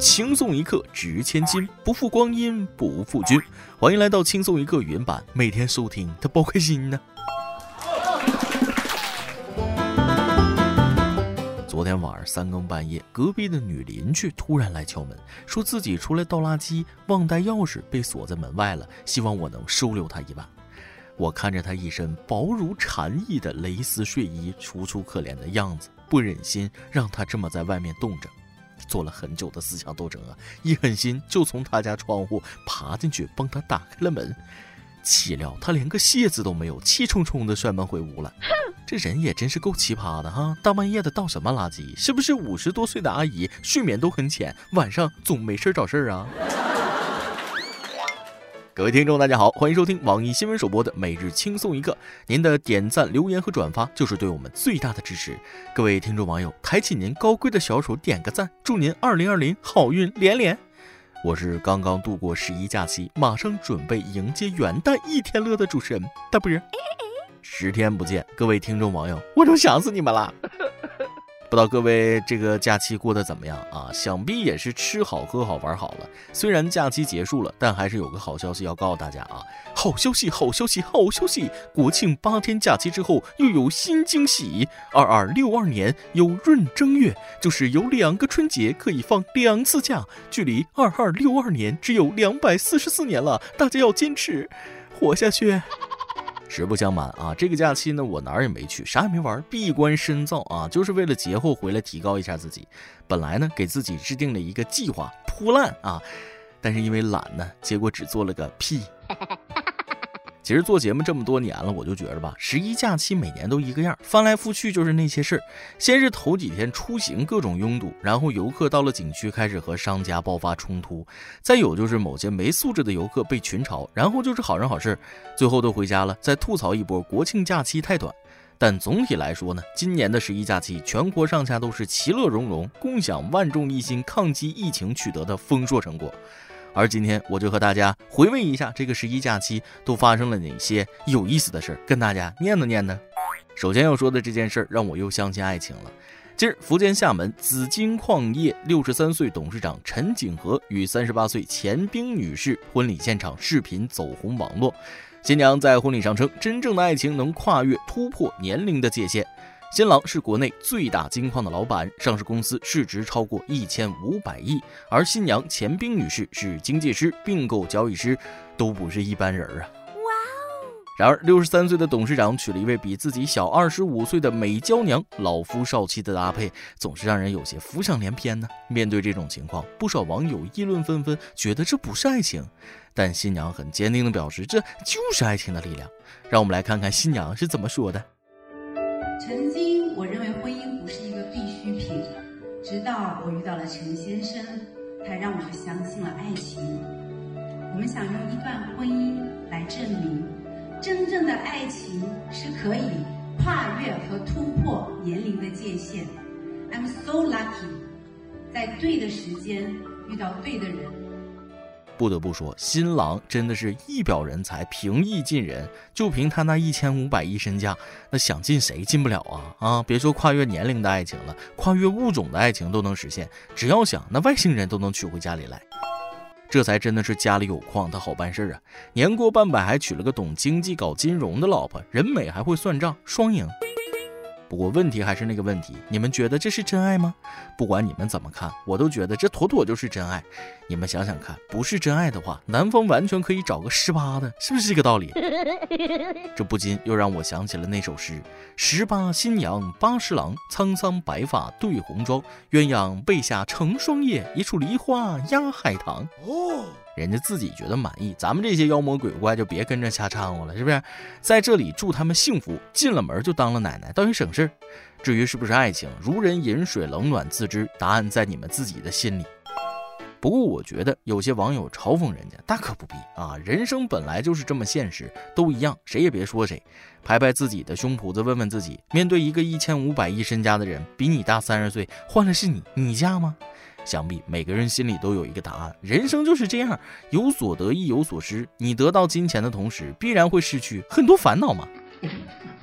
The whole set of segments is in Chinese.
轻松一刻值千金，不负光阴不负君。欢迎来到轻松一刻语音版，每天收听它包开心呢。昨天晚上3更半夜，隔壁的女邻居突然来敲门，说自己出来倒垃圾忘带钥匙，被锁在门外了，希望我能收留她一把。我看着她一身薄如蝉翼的蕾丝睡衣，楚楚可怜的样子，不忍心让她这么在外面冻着，做了很久的思想斗争啊，一狠心就从她家窗户爬进去帮她打开了门，岂料她连个谢字都没有，气冲冲的摔门回屋了。这人也真是够奇葩的哈！大半夜的倒什么垃圾？是不是50多岁的阿姨睡眠都很浅，晚上总没事找事啊？各位听众大家好，欢迎收听网易新闻首播的每日轻松一刻，您的点赞留言和转发就是对我们最大的支持。各位听众网友，抬起您高贵的小手点个赞，祝您2020好运连连。我是刚刚度过11假期，马上准备迎接元旦一天乐的主持人大波。10天不见，各位听众网友，我都想死你们了。不知道各位这个假期过得怎么样啊？想必也是吃好喝好玩好了。虽然假期结束了，但还是有个好消息要告诉大家啊！好消息，好消息，好消息！国庆8天假期之后又有新惊喜。2262年有闰正月，就是有2个春节可以放2次假，距离2262年只有244年了，大家要坚持活下去。实不相瞒啊，这个假期呢，我哪儿也没去，啥也没玩，闭关深造啊，就是为了节后回来提高一下自己。本来呢，给自己制定了一个计划，扑烂啊，但是因为懒呢，结果只做了个屁。其实做节目这么多年了，我就觉得吧，11假期每年都一个样，翻来覆去就是那些事儿。先是头几天出行各种拥堵，然后游客到了景区开始和商家爆发冲突，再有就是某些没素质的游客被群嘲，然后就是好人好事，最后都回家了，再吐槽一波国庆假期太短。但总体来说呢，今年的11假期，全国上下都是其乐融融，共享万众一心抗击疫情取得的丰硕成果。而今天我就和大家回味一下这个11假期都发生了哪些有意思的事，跟大家念叨念叨。首先要说的这件事让我又相信爱情了。近日，福建厦门紫金矿业63岁董事长陈景和与38岁钱冰女士婚礼现场视频走红网络。新娘在婚礼上称，真正的爱情能跨越突破年龄的界限。新郎是国内最大金矿的老板，上市公司市值超过1500亿，而新娘钱冰女士是经纪师、并购交易师，都不是一般人啊。然而63岁的董事长娶了一位比自己小25岁的美娇娘，老夫少妻的搭配总是让人有些浮想联翩呢。面对这种情况，不少网友议论纷纷，觉得这不是爱情，但新娘很坚定地表示这就是爱情的力量。让我们来看看新娘是怎么说的。 曾经我认为婚姻不是一个必需品，直到我遇到了陈先生，他让我相信了爱情。我们想用一段婚姻来证明，真正的爱情是可以跨越和突破年龄的界限。I'm so lucky， 在对的时间遇到对的人。 不得不说，新郎真的是一表人才，平易近人。就凭他那1500亿身价，那想进谁进不了啊！别说跨越年龄的爱情了，跨越物种的爱情都能实现。只要想，那外星人都能娶回家里来。这才真的是家里有矿，他好办事啊！年过半百还娶了个懂经济、搞金融的老婆，人美还会算账，双赢。不过问题还是那个问题，你们觉得这是真爱吗？不管你们怎么看，我都觉得这妥妥就是真爱。你们想想看，不是真爱的话，男方完全可以找个18的，是不是这个道理？这不禁又让我想起了那首诗：18新娘80郎，沧桑白发对红妆，鸳鸯被下成双夜，一处梨花压海棠。人家自己觉得满意，咱们这些妖魔鬼怪就别跟着瞎掺和了，是不是？在这里祝他们幸福，进了门就当了奶奶，倒也省事。至于是不是爱情，如人饮水，冷暖自知，答案在你们自己的心里。不过我觉得有些网友嘲讽人家大可不必啊，人生本来就是这么现实，都一样，谁也别说谁。拍拍自己的胸脯子，问问自己，面对一个1500亿身家的人，比你大30岁，换了是你嫁吗？想必每个人心里都有一个答案，人生就是这样，有所得亦有所失。你得到金钱的同时，必然会失去很多烦恼嘛。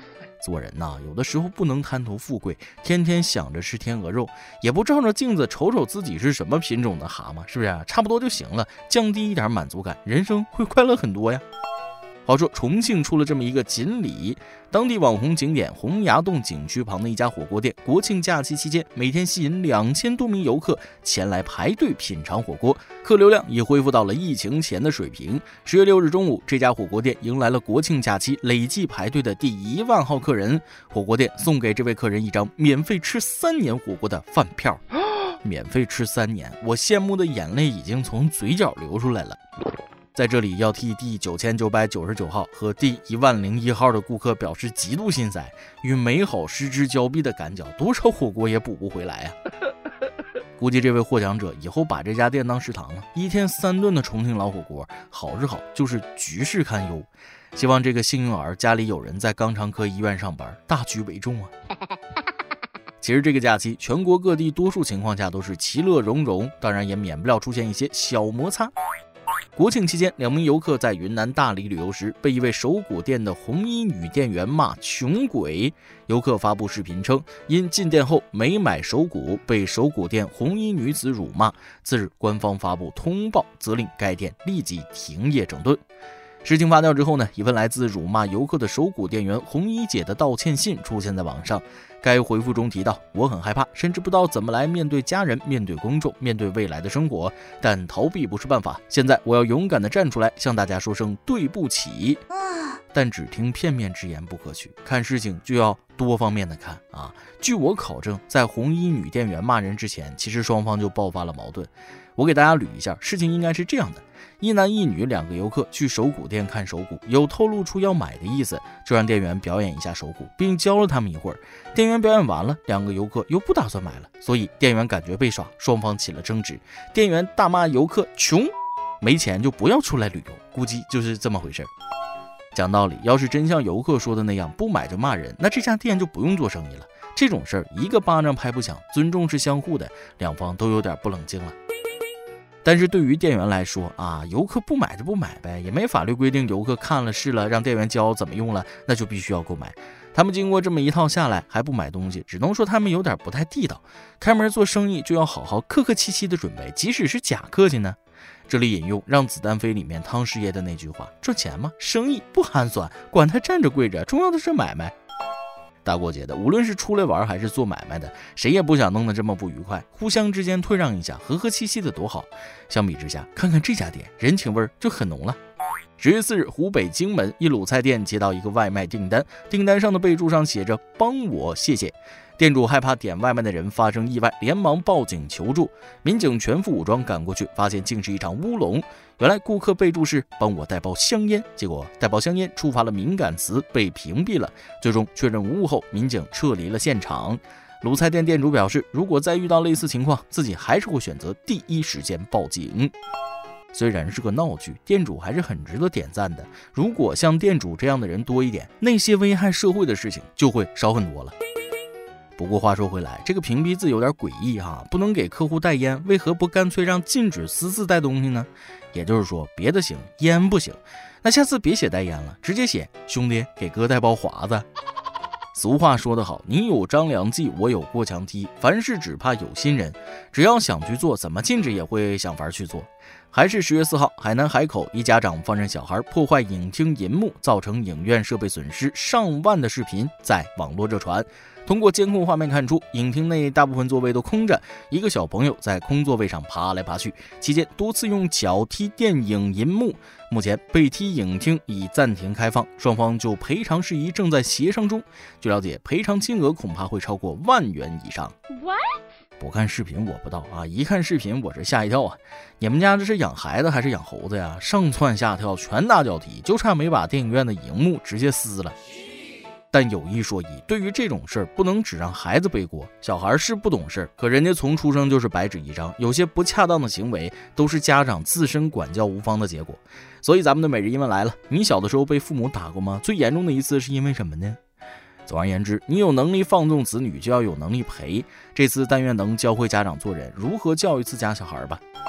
做人呐，有的时候不能贪图富贵，天天想着吃天鹅肉，也不照着镜子瞅瞅自己是什么品种的蛤蟆，是不是差不多就行了，降低一点满足感，人生会快乐很多呀。话说重庆出了这么一个锦鲤，当地网红景点洪崖洞景区旁的一家火锅店，国庆假期期间每天吸引2000多名游客前来排队品尝火锅，客流量已恢复到了疫情前的水平。10月6日中午，这家火锅店迎来了国庆假期累计排队的第1万号客人，火锅店送给这位客人一张免费吃3年火锅的饭票。免费吃3年，我羡慕的眼泪已经从嘴角流出来了。在这里要替第9999号和第10001号的顾客表示极度心塞，与美好失之交臂的感脚，多少火锅也补不回来啊！估计这位获奖者以后把这家店当食堂了，1天3顿的重庆老火锅，好是好，就是局势堪忧。希望这个幸运儿家里有人在肛肠科医院上班，大局为重啊！其实这个假期，全国各地多数情况下都是其乐融融，当然也免不了出现一些小摩擦。国庆期间，2名游客在云南大理旅游时，被一位手鼓店的红衣女店员骂穷鬼。游客发布视频称，因进店后没买手鼓，被手鼓店红衣女子辱骂。次日，官方发布通报，责令该店立即停业整顿。事情发酵之后呢，一份来自辱骂游客的手鼓店员红衣姐的道歉信出现在网上。该回复中提到，我很害怕，甚至不知道怎么来面对家人，面对公众，面对未来的生活，但逃避不是办法，现在我要勇敢地站出来，向大家说声对不起。但只听片面之言不可取，看事情就要多方面的看啊。据我考证，在红衣女店员骂人之前，其实双方就爆发了矛盾。我给大家捋一下，事情应该是这样的：一男一女2个游客去手鼓店看手鼓，有透露出要买的意思，就让店员表演一下手鼓，并教了他们一会儿。店员表演完了，2个游客又不打算买了，所以店员感觉被耍，双方起了争执。店员大骂游客穷，没钱就不要出来旅游，估计就是这么回事。讲道理，要是真像游客说的那样，不买就骂人，那这家店就不用做生意了。这种事儿一个巴掌拍不响，尊重是相互的，两方都有点不冷静了。但是对于店员来说啊，游客不买就不买呗，也没法律规定游客看了试了让店员教怎么用了，那就必须要购买。他们经过这么一套下来还不买东西，只能说他们有点不太地道。开门做生意就要好好客客气气的准备，即使是假客气呢。这里引用《让子弹飞》里面汤师爷的那句话：赚钱嘛，生意不寒酸，管他站着跪着，重要的是买卖。大过节的，无论是出来玩还是做买卖的，谁也不想弄得这么不愉快，互相之间退让一下，和和气气的多好。相比之下，看看这家店，人情味就很浓了。10月4日，湖北荆门一卤菜店接到一个外卖订单，订单上的备注上写着帮我谢谢。店主害怕点外卖的人发生意外，连忙报警求助。民警全副武装赶过去，发现竟是一场乌龙。原来顾客备注是帮我带包香烟，结果带包香烟触发了敏感词，被屏蔽了。最终确认无误后，民警撤离了现场。卤菜店店主表示，如果再遇到类似情况，自己还是会选择第一时间报警。虽然是个闹剧，店主还是很值得点赞的。如果像店主这样的人多一点，那些危害社会的事情就会少很多了。不过话说回来，这个屏蔽字有点诡异哈，不能给客户带烟，为何不干脆让禁止私自带东西呢？也就是说，别的行，烟不行。那下次别写带烟了，直接写兄弟给哥带包华子。俗话说得好，你有张良计，我有过墙梯，凡事只怕有心人。只要想去做，怎么禁止也会想法去做。还是10月4号，海南海口一家长放任小孩破坏影厅银幕，造成影院设备损失上万的视频在网络热传。通过监控画面看出，影厅内大部分座位都空着，一个小朋友在空座位上爬来爬去，期间多次用脚踢电影银幕。目前被踢影厅已暂停开放，双方就赔偿事宜正在协商中。据了解，赔偿金额恐怕会超过10000元以上。不看视频我不知道啊，一看视频我是吓一跳啊！你们家这是养孩子还是养猴子呀？上蹿下跳，拳打脚踢，就差没把电影院的荧幕直接撕了。但有一说一，对于这种事儿，不能只让孩子背锅。小孩是不懂事，可人家从出生就是白纸一张，有些不恰当的行为都是家长自身管教无方的结果。所以咱们的每日一问来了，你小的时候被父母打过吗？最严重的一次是因为什么呢？总而言之，你有能力放纵子女，就要有能力陪。这次但愿能教会家长做人，如何教育自家小孩吧。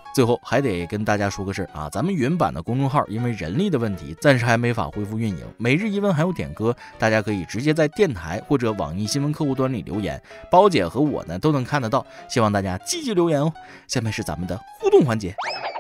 最后还得跟大家说个事儿啊，咱们原版的公众号因为人力的问题，暂时还没法恢复运营。每日一问还有点歌，大家可以直接在电台或者网易新闻客户端里留言，包姐和我呢都能看得到，希望大家积极留言哦。下面是咱们的互动环节。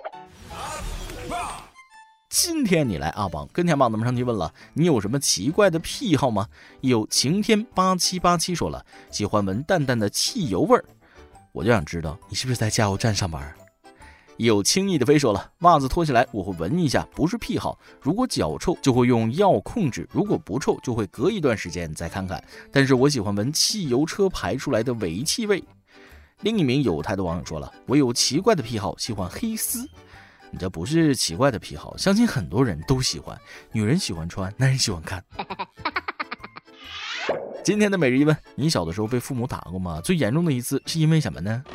今天你来阿榜跟前榜，咱们上去问了，你有什么奇怪的癖好吗？有晴天8787说了，喜欢闻淡淡的汽油味儿。我就想知道你是不是在加油站上班？有轻易的飞说了，袜子脱下来我会闻一下，不是癖好，如果脚臭就会用药控制，如果不臭就会隔一段时间再看看，但是我喜欢闻汽油车排出来的尾气味。另一名有台的网友说了，我有奇怪的癖好，喜欢黑丝。你这不是奇怪的癖好，相信很多人都喜欢，女人喜欢穿，男人喜欢看。今天的每日一问，你小的时候被父母打过吗？最严重的一次是因为什么呢？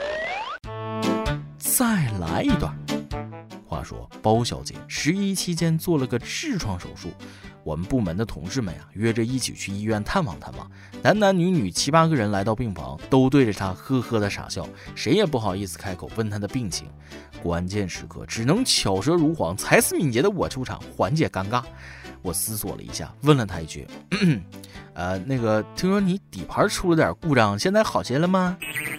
再来一段。话说包小姐11期间做了个痔疮手术，我们部门的同事们约着一起去医院探望探望，男男女女7、8个人来到病房，都对着她呵呵的傻笑，谁也不好意思开口问她的病情。关键时刻只能巧舌如簧，才思敏捷的我出场缓解尴尬。我思索了一下，问了她一句那个听说你底盘出了点故障，现在好些了吗？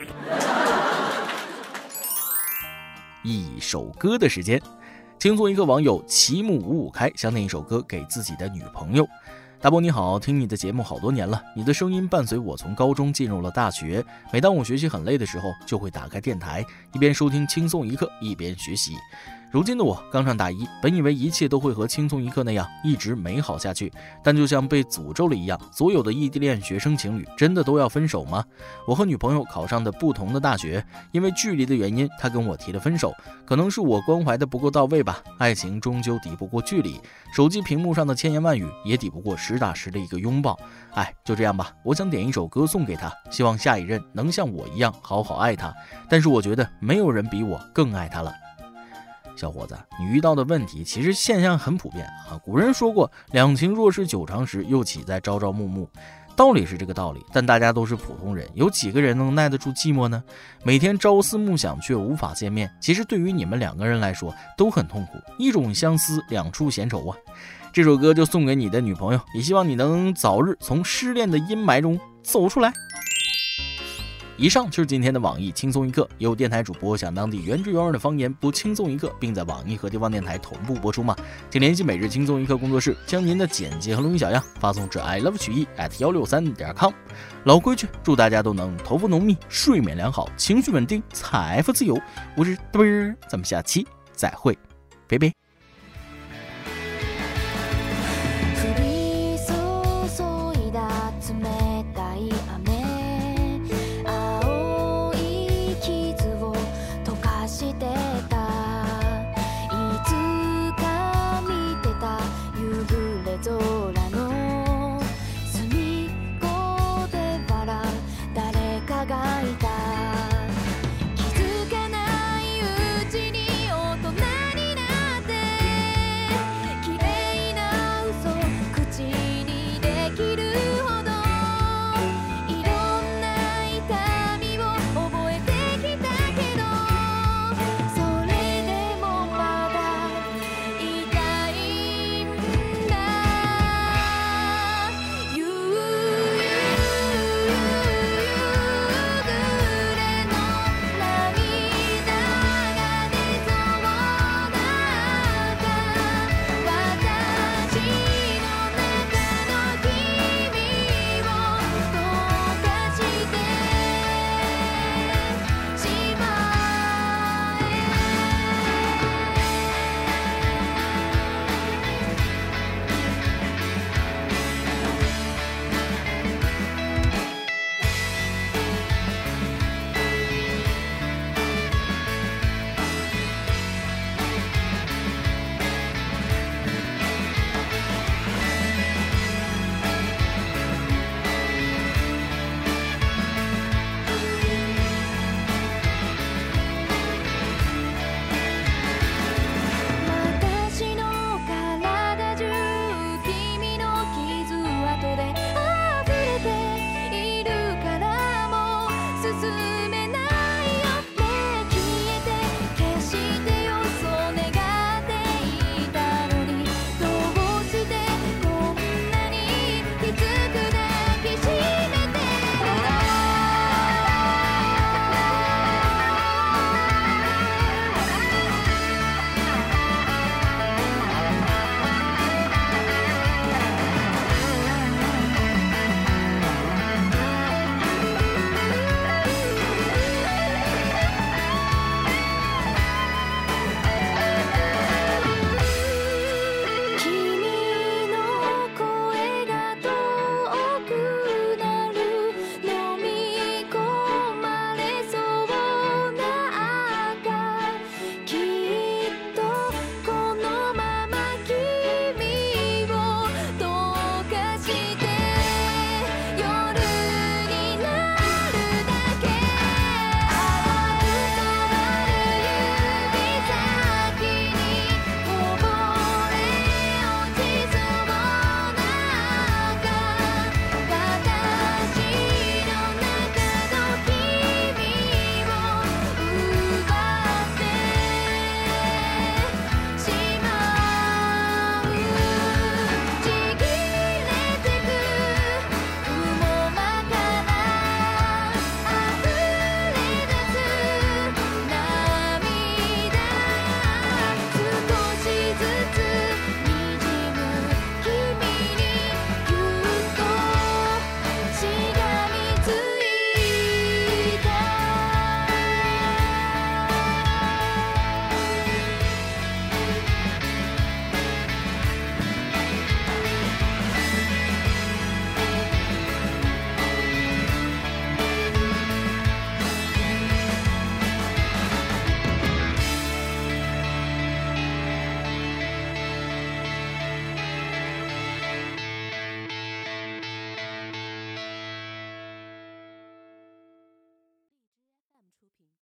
一首歌的时间，轻松一个网友齐木55开想点一首歌给自己的女朋友。大波你好，听你的节目好多年了，你的声音伴随我从高中进入了大学，每当我学习很累的时候，就会打开电台，一边收听轻松一刻，一边学习。如今的我刚上大一，本以为一切都会和轻松一刻那样一直美好下去，但就像被诅咒了一样，所有的异地恋学生情侣真的都要分手吗？我和女朋友考上的不同的大学，因为距离的原因，她跟我提了分手，可能是我关怀的不够到位吧，爱情终究抵不过距离，手机屏幕上的千言万语也抵不过实打实的一个拥抱。就这样吧，我想点一首歌送给她，希望下一任能像我一样好好爱她，但是我觉得没有人比我更爱她了。小伙子，你遇到的问题其实现象很普遍啊。古人说过，两情若是久长时，又岂在朝朝暮暮。道理是这个道理，但大家都是普通人，有几个人能耐得住寂寞呢？每天朝思暮想却无法见面，其实对于你们两个人来说都很痛苦，一种相思，两处闲愁啊。这首歌就送给你的女朋友，也希望你能早日从失恋的阴霾中走出来。以上就是今天的网易轻松一刻，有电台主播想当地原汁原味的方言播轻松一刻，并在网易和地方电台同步播出吗？请联系每日轻松一刻工作室，将您的简介和录音小样发送至 iLoveChUyi@163.com。老规矩，祝大家都能头发浓密，睡眠良好，情绪稳定，财富自由。我是嘚儿，咱们下期再会，拜拜。